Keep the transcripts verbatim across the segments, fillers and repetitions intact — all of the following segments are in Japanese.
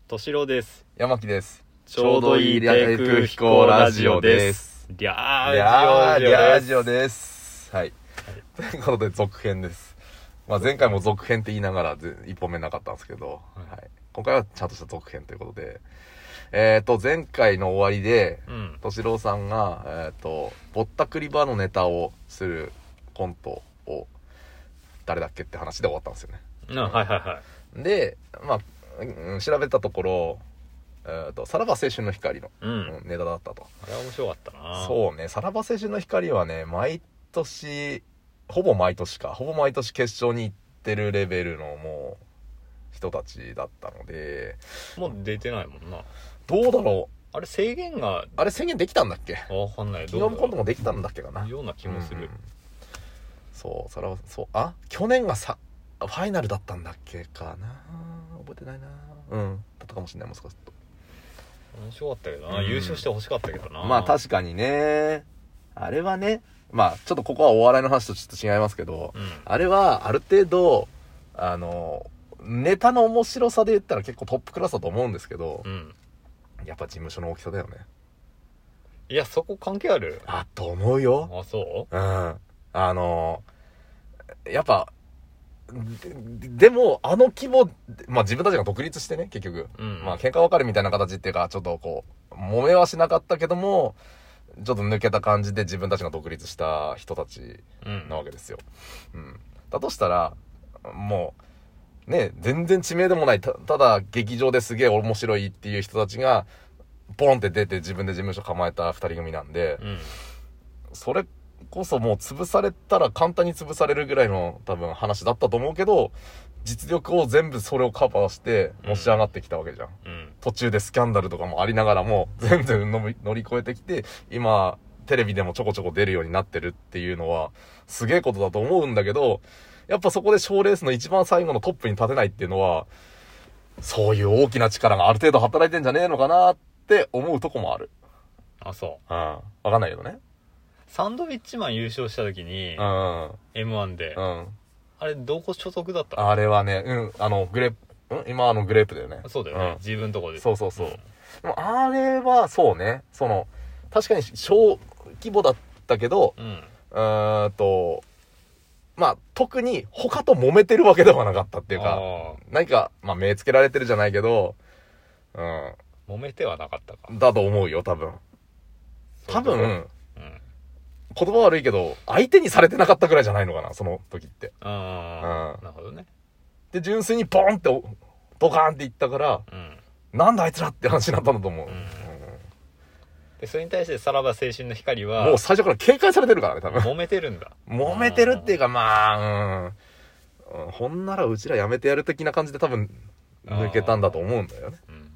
敏郎です。 山木です。 ちょうどいい低空飛行ラジオです。リャージオラジオです。はい。ということで続編です。まあ前回も続編って言いながら一本目なかったんですけど、はいはい、今回はちゃんとした続編ということで、えっ、ー、と前回の終わりで、敏郎さんがえっ、ー、とぼったくりバーのネタをするコントを誰だっけって話で終わったんですよね。 うん、はいはいはい。 で、まあうん、調べたところ、えーと、さらば青春の光の、 うん、 ネタだったと。 あれは面白かったな。 そうね、さらば青春の光はね、毎年、ほぼ毎年か、ほぼ毎年決勝に行ってるレベルのもう、人たちだったので。 もう出てないもんな。 どうだろう。 あれ制限が、 あれ制限できたんだっけ？ わかんない。 キングオブコントもできたんだっけかな。 ような気もする。うん、 そう、さらば、そう、あ、去年がさ、ファイナルだったんだっけかな。覚えてないな。うん、だったかもしれない、もしかすると。 面白かったけどな、うん、優勝してほしかったけどな。 まあ確かにね、あれはね、まあちょっとここはお笑いの話とちょっと違いますけど、うん、あれはある程度あのネタの面白さで言ったら結構トップクラスだと思うんですけど、うん、やっぱ事務所の大きさだよね。 いや、そこ関係ある？ あと思うよ。 あ、そう？ うん。あのやっぱで, でもあの規模、まあ自分たちが独立してね、結局、うん、まあ喧嘩別れみたいな形っていうか、ちょっとこう揉めはしなかったけども、ちょっと抜けた感じで自分たちが独立した人たちなわけですよ。うん、うん、だとしたらもうね、全然知名でもない、 た, ただ劇場ですげえ面白いっていう人たちがポンって出て自分で事務所構えたふたり組なんで、うん、それこそもう潰されたら簡単に潰されるぐらいの多分話だったと思うけど、実力を全部それをカバーしてのし上がってきたわけじゃん、うん、途中でスキャンダルとかもありながらも全然乗り越えてきて、今テレビでもちょこちょこ出るようになってるっていうのはすげえことだと思うんだけど、やっぱそこで賞レースの一番最後のトップに立てないっていうのは、そういう大きな力がある程度働いてんじゃねえのかなって思うとこもある。 あ、そう。 うん。わかんないけどね。 サンドウィッチマン優勝した時に、うん、エムワン で、うん、あれどこ所属だったの？ あれはね、うん、あのグレープ、うん、今あのグレープだよね。 そうだよね、うん、自分のとこで。 そうそうそう、うん、でもあれはそうね、その確かに小規模だったけど、うん、うーんとまあ特に他と揉めてるわけではなかったっていうか、何かまあ目つけられてるじゃないけど、 うん、揉めてはなかったかだと思うよ、多分多分、うん、言葉悪いけど相手にされてなかったくらいじゃないのかな、その時って。 ああ、うん、なるほどね。 で純粋にボーンってドカーンっていったから、うん、なんだあいつらって話になったんだと思う、うんうん、 でそれに対してさらば青春の光はもう最初から警戒されてるからね、多分。 揉めてるんだ。 揉めてるっていうか、まあ、うん、ほんならうちらやめてやる的な感じで多分抜けたんだと思うんだよね。うん、うん、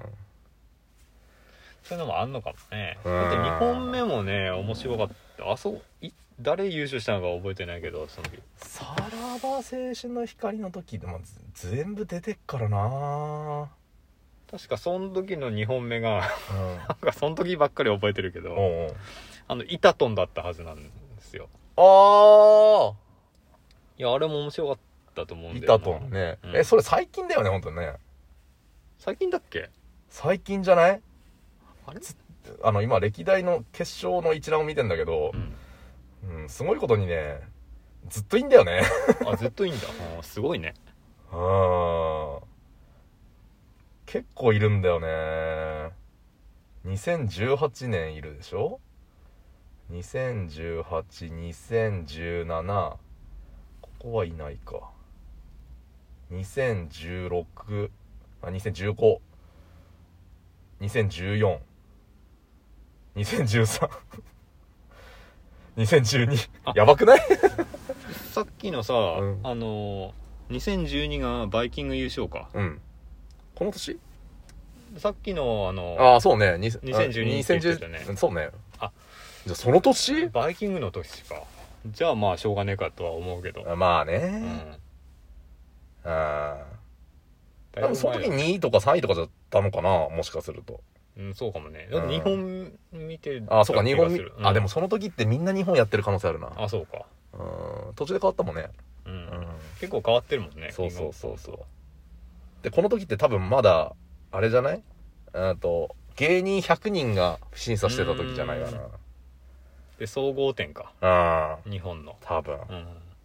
そういうのもあんのかもね。だってにほんめもね面白かった。あそい誰優勝したのか覚えてないけど、その時さらば青春の光の時でも全部出てっからな。 確かその時のにほんめが、うん、なんかその時ばっかり覚えてるけど、おうあのイタトンだったはずなんですよ。ああ、いやあれも面白かったと思うんだよな。 イタトンね、うん、えそれ最近だよね、本当にね。 最近だっけ？ 最近じゃない？ あれあの今歴代の決勝の一覧を見てんだけど、うんうん、すごいことにねずっといいんだよね。 あ、ずっといいんだ。あ、すごいね。 あ、結構いるんだよね。にせんじゅうはちねんいるでしょ。にせんじゅうはち、にせんじゅうなな、ここはいないか。にせんじゅうろく、あ、にせんじゅうご、にせんじゅうよん、にせんじゅうさん、にせんじゅうに、やばくない？ さっきのさ、うん、あのにせんじゅうにがバイキング優勝か。 うん。この年？ さっきのあのああ、そうね、にせんじゅうにって言ってたね。 そうね。あ、じゃあその年？ バイキングの年か。じゃあまあしょうがねえかとは思うけど。 まあね。うん。ああ。多分その時にいとかさんいとかだったのかな、もしかすると。 うん、そうかもね。だってにほん見てる。 あ、そうか、にほん見、うん、あ、でもその時ってみんなにほんやってる可能性あるな。 あ、そうか。 うん、途中で変わったもんね。 うん。うん、結構変わってるもんね。 そうそうそうそう。で、この時って多分まだあれじゃない？あと芸人ひゃくにんが審査してた時じゃないかな。 で総合点か。 あ日本の多分、うん、 か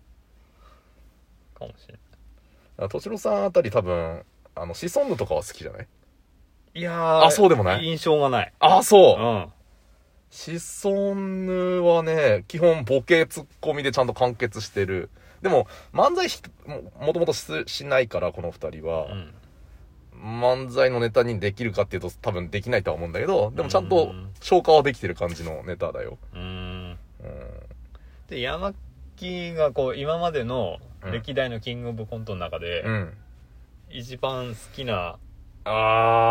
もしれない。敏郎さんあたり多分あのシソンヌとかは好きじゃない？ いやー、 あ、そうでもない？ 印象がない。 あ、そう。 うん。 シソンヌはね、基本ボケツッコミでちゃんと完結してる。でも、漫才も、もともと し, しないから、この二人は、うん。漫才のネタにできるかっていうと多分できないとは思うんだけど、でもちゃんと消化はできてる感じのネタだよ。 うん。うん、で、山木がこう、今までの歴代のキングオブコントの中で、うん、一番好きな、あー。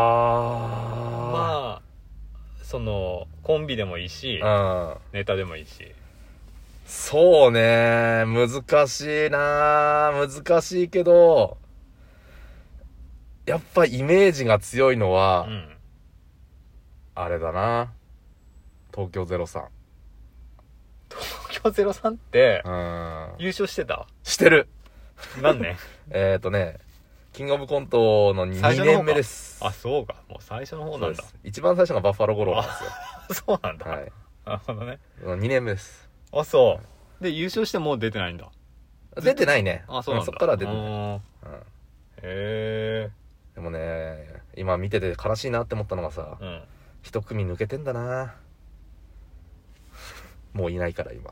まあ、そのコンビでもいいし、うん、ネタでもいいし。 そうね、難しいな、難しいけどやっぱイメージが強いのは、うん、あれだな、東京ゼロさん。 東京ゼロさんって、うん、優勝してた？ してる。 何年？ えっとね、キングオブコントのにねんめです。 あ、そうか。もう最初の方なんだ。 一番最初がバッファロー五郎なんですよ。 そうなんだ。 はい。 なるほどね。 にねんめです。 あ、そう。はい、で、優勝してもう出てないんだ。 出てないね。 あ、そうなんだ。 そっから出てない。うん。 へえ。 でもね、今見てて悲しいなって思ったのがさ、うん、一組抜けてんだな。もういないから今。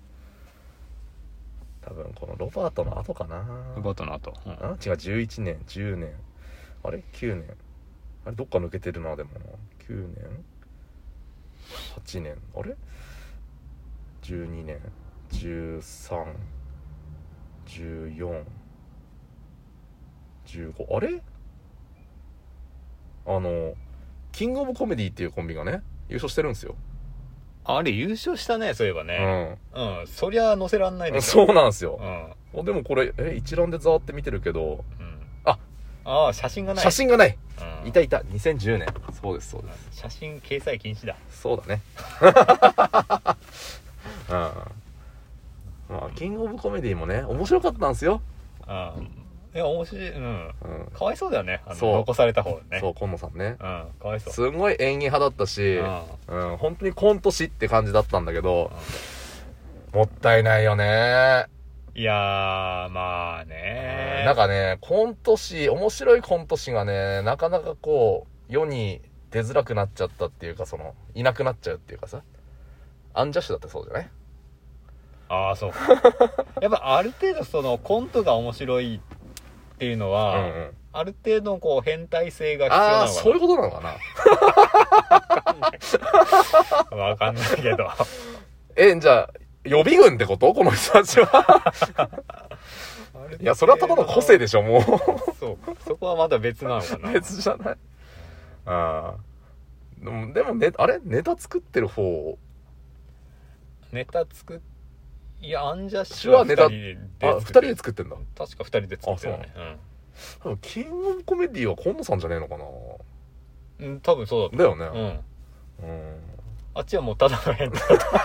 多分このロバートの後かな。 ロバートの後、 うん、あ違う、じゅういちねん、じゅうねん、あれきゅうねん、あれどっか抜けてるな。でもな、きゅうねん、はちねん、あれじゅうにねん、じゅうさん、じゅうよん、じゅうご、あれあのキングオブコメディっていうコンビがね優勝してるんですよ。 あれ優勝したね、そういえばね。うん。うん。そりゃ載せらんないですよ。そうなんですよ。うん。でもこれ、え、一覧でざーって見てるけど、うん。あ、 ああ、写真がない。 写真がない。うん。いたいた。にせんじゅうねん。そうです、そうです。 写真掲載禁止だ。 そうだね。うん。まあ、キングオブコメディもね、面白かったんですよ。 うん。いや、面白い。うん。うん、かわいそうだよね。あのそう残された方ね。 そう、今野さんね。 うん。かわいそう。 すごい演技派だったし、うん、うん、本当にコント師って感じだったんだけど、うん、もったいないよね。 いやー、まあね、 うん。なんかね、コント師、面白いコント師がね、なかなかこう、世に出づらくなっちゃったっていうか、その、いなくなっちゃうっていうかさ、アンジャッシュだってそうじゃない？ ああ、そう。やっぱある程度その、コントが面白いっていうのは、うんうん、ある程度こう変態性が必要なのかな。ああ、 そういうことなのかな。わかんないけど。 え、じゃあ予備軍ってこと？この人たちは。いや、それはただの個性でしょ、もう。 そう。そこはまだ別なのかな。 別じゃない。ああ。でも、でもね、あれネタ作ってる方。 ネタ作っいや、アンジャッシュはふたりであ、ふたりで作ってんだ。 確かふたりで作ってるよね。 うん。キングオブコメディは今野さんじゃねえのかな。 うん、多分そうだだよね。 うん。うん。あっちはもうただの変態。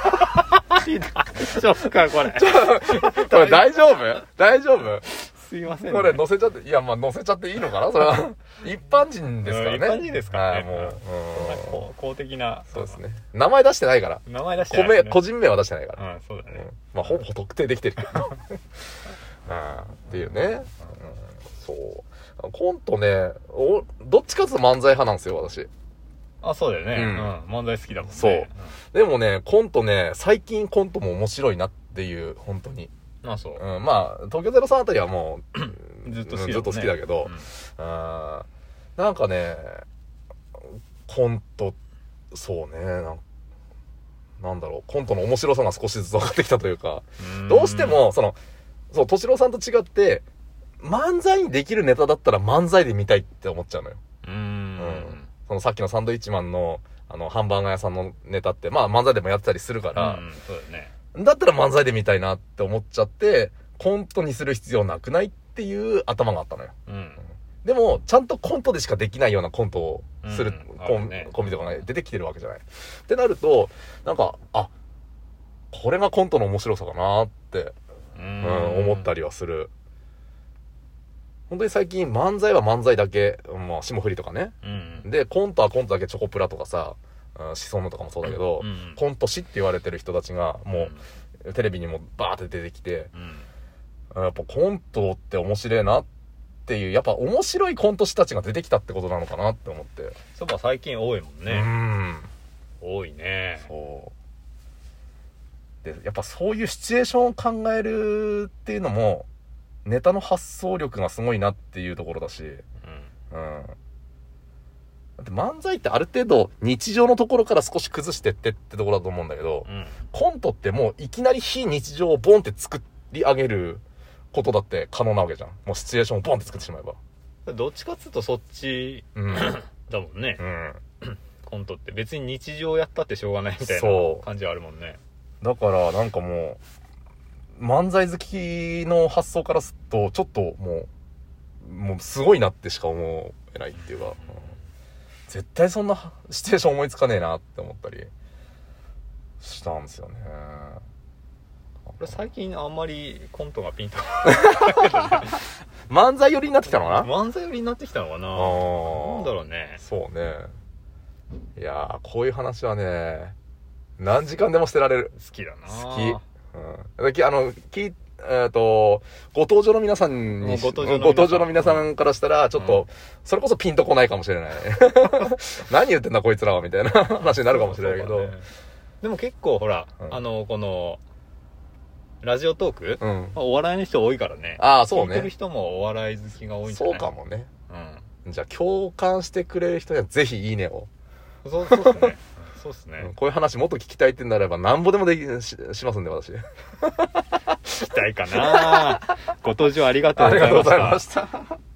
ショックか、これ。 これ大丈夫？大丈夫？ すいません、ね。 これ載せちゃって、いや、まあ載せちゃっていいのかなそれは。一般人ですからね。 一般人ですからね。 もう、うん、 公的な。 そうですね。名前出してないから。 名前出してない、 ね。個人名は出してないから。 うん、そうだね。うん、 まあ、ほぼ特定できてるけど。あっていうね、うん。そう。コントね、おどっちかっていうと漫才派なんですよ、私。 あ、そうだよね。うん。漫才好きだもんね。 そう。うん、でもね、コントね、最近コントも面白いなっていう、本当に。 あ、そう。 うん、まあ、東京ゼロさんあたりはもう、ずっと好きだ、ね、 ずっと好きだけど、うん、あなんかね、コント、そうね、なん、なんだろう、コントの面白さが少しずつ分かってきたというか、うどうしても、その、そう、敏郎さんと違って、漫才にできるネタだったら漫才で見たいって思っちゃうのよ。 うーん。うん。 そのさっきのサンドイッチマンの、あの、ハンバーガー屋さんのネタって、まあ漫才でもやってたりするから、 うん、そうだね。 だったら漫才で見たいなって思っちゃって、コントにする必要なくないっていう頭があったのよ。 うん。 でも、ちゃんとコントでしかできないようなコントをする、うん、コン、 ね、 コンビとかが出てきてるわけじゃない。ってなると、なんか、あ、これがコントの面白さかなって、うん、思ったりはする。 本当に最近漫才は漫才だけ、まあ、霜降りとかね、 うん、 でコントはコントだけチョコプラとかさ、シソンヌとかもそうだけど、 うん、 コント師って言われてる人たちがもう、うん、テレビにもバーって出てきて、うん、やっぱコントって面白いなっていう、やっぱ面白いコント師たちが出てきたってことなのかなって思って。 そういえば最近多いもんね。うん、多いね。 そうで、やっぱそういうシチュエーションを考えるっていうのもネタの発想力がすごいなっていうところだし、うん、うん、だって漫才ってある程度日常のところから少し崩してってってところだと思うんだけど、うん、コントってもういきなり非日常をボンって作り上げることだって可能なわけじゃん。もうシチュエーションをボンって作ってしまえば。 どっちかっつうとそっち、うん、だもんね、うん、コントって別に日常やったってしょうがないみたいな感じはあるもんね。 だからなんかもう漫才好きの発想からするとちょっともうもうすごいなってしか思えないっていうか、うん、絶対そんなシチュエーション思いつかねえなって思ったりしたんですよね。 俺最近あんまりコントがピンと漫才寄りになってきたのかな。 漫才寄りになってきたのかな。なんだろうね。 そうね。いやーこういう話はね何時間でもしてられる。 好きだな。 好き。うん。あの、き、えっ、ー、と、ご登場の皆さんに、ご登場の皆さんからしたら、ちょっと、うん、それこそピンとこないかもしれない。何言ってんだこいつらは、みたいな話になるかもしれないけど。ね、 でも結構、ほら、うん、あの、この、ラジオトーク、うんまあ、お笑いの人多いからね。 ああ、そうね。 聞いてる人もお笑い好きが多いんじゃない？ そうかもね。うん。じゃあ、共感してくれる人にはぜひいいねを。 そう、そうですね。そうっすね、 うん、こういう話もっと聞きたいってなればなんぼでもでき し, しますんで私聞きたいかな。ご登場ありがとうございました。 ありがとうございました。